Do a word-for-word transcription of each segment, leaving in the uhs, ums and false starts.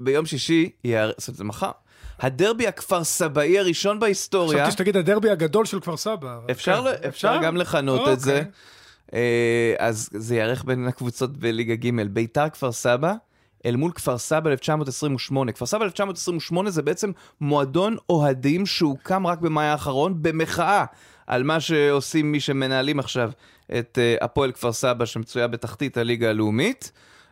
ביום שישי, זה מחר, הדרבי הכפר סבאי הראשון בהיסטוריה. חשבתי שתגיד הדרבי הגדול של כפר סבא. אפשר, אפשר גם לכנות את זה. אז זה יערך בין הקבוצות בליגה ג' ביתר כפר סבא, אל מול כפר סבא אלף תשע מאות עשרים ושמונה. כפר סבא אלף תשע מאות עשרים ושמונה זה בעצם מועדון אוהדים שהוקם רק במאי האחרון, במחאה על מה שעושים מי שמנהלים עכשיו את הפועל כפר סבא שמצויה בתחתית הליגה הלאומית.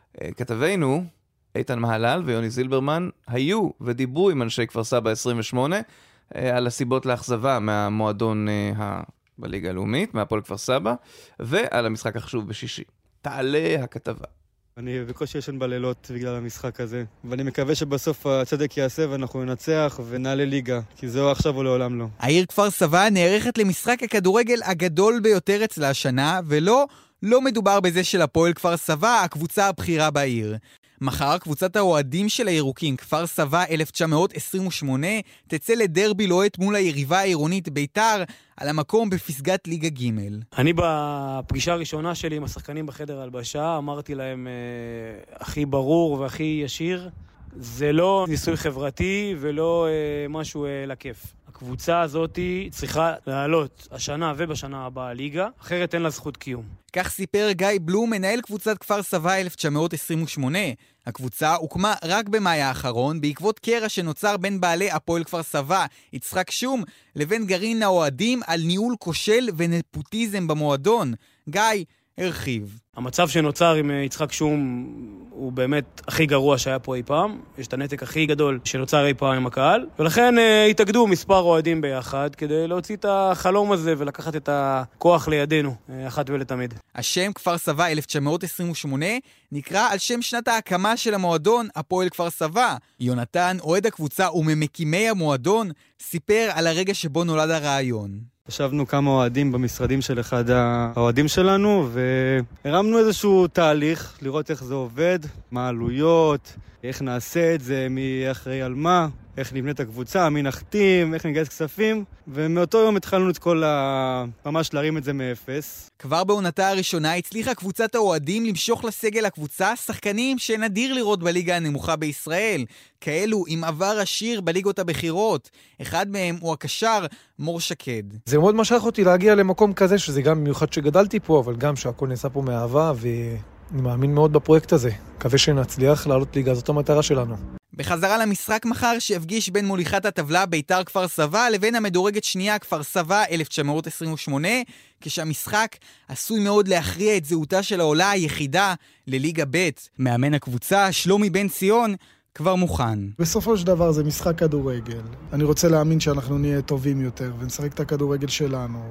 כתבינו, איתן מהלל ויוני זילברמן היו ודיברו עם אנשי כפר סבא עשרים ושמונה על הסיבות לאכזבה מהמועדון ה... בליגה הלאומית, מהפועל כפר סבא, ועל המשחק החשוב בשישי. תעלה הכתבה. אני בקושי ישן בלילות בגלל המשחק הזה, ואני מקווה שבסוף הצדק יעשה ואנחנו ננצח ונעלה ליגה, כי זהו עכשיו או לעולם לא. העיר כפר סבא נערכת למשחק הכדורגל הגדול ביותר אצלה השנה, ולא, לא מדובר בזה של הפועל כפר סבא, הקבוצה הבכירה בעיר. מחר קבוצת האוהדים של הירוקים, כפר סבא אלף תשע מאות עשרים ושמונה, תצא לדרבי לוהט מול היריבה העירונית ביתר, על המקום בפסגת ליגה ג'. אני בפגישה הראשונה שלי עם השחקנים בחדר הלבשה, אמרתי להם אה, הכי ברור והכי ישיר, זה לא ניסוי חברתי ולא אה, משהו אה, לכיף. הקבוצה הזאת צריכה לעלות השנה ובשנה הבאה ליגה, אחרת אין לה זכות קיום. כך סיפר גיא בלום, מנהל קבוצת כפר סבא אלף תשע מאות עשרים ושמונה. הקבוצה הוקמה רק במאי האחרון, בעקבות קרע שנוצר בין בעלי הפועל כפר סבא, יצחק שום, לבין גרעין האוהדים על ניהול כושל ונפוטיזם במועדון. גיא הרחיב. המצב שנוצר עם יצחק שום הוא באמת הכי גרוע שהיה פה אי פעם. יש את הנתק הכי גדול שנוצר אי פעם עם הקהל. ולכן אה, התאגדו מספר אוהדים ביחד כדי להוציא את החלום הזה ולקחת את הכוח לידינו, אה, אחת ולתמיד. השם כפר סבא אלף תשע מאות עשרים ושמונה נקרא על שם שנת ההקמה של המועדון הפועל כפר סבא. יונתן, אוהד הקבוצה וממקימי המועדון, סיפר על הרגע שבו נולד הרעיון. ישבנו כמה אוהדים במשרדים של אחד האוהדים שלנו, והרמנו איזשהו תהליך, לראות איך זה עובד, מה העלויות, איך נעשה את זה, מי אחראי על מה, איך נבנה את הקבוצה, מי נחתים, איך נגייס כספים, ומאותו יום התחלנו את כל ה... ממש להרים את זה מאפס. כבר בעונתה הראשונה הצליחה קבוצת האוהדים למשוך לסגל הקבוצה שחקנים שנדיר לראות בליגה הנמוכה בישראל, כאלו עם עבר עשיר בליגות הבכירות. אחד מהם הוא הקשר מור שקד. זה מאוד משך אותי להגיע למקום כזה, שזה גם מיוחד שגדלתי פה, אבל גם שהכל נעשה פה מאהבה, ואני מאמין מאוד בפרויקט הזה. מקווה שנצליח לעלות ליגה, זאת המטרה שלנו. בחזרה למשחק מחר שהפגיש בין מוליכת הטבלה ביתר כפר סבא לבין המדורגת שנייה כפר סבא אלף תשע מאות עשרים ושמונה, כשהמשחק עשוי מאוד להכריע את זהותה של העולה היחידה לליגה ב'. מאמן הקבוצה שלומי בן ציון כבר מוכן. בסופו של דבר זה משחק כדורגל. אני רוצה להאמין שאנחנו נהיה טובים יותר ונשחק את הכדורגל שלנו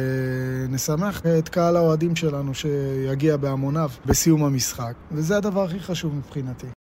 ונשמח את קהל האוהדים שלנו שיגיע בהמוניו בסיום המשחק, וזה הדבר הכי חשוב מבחינתי.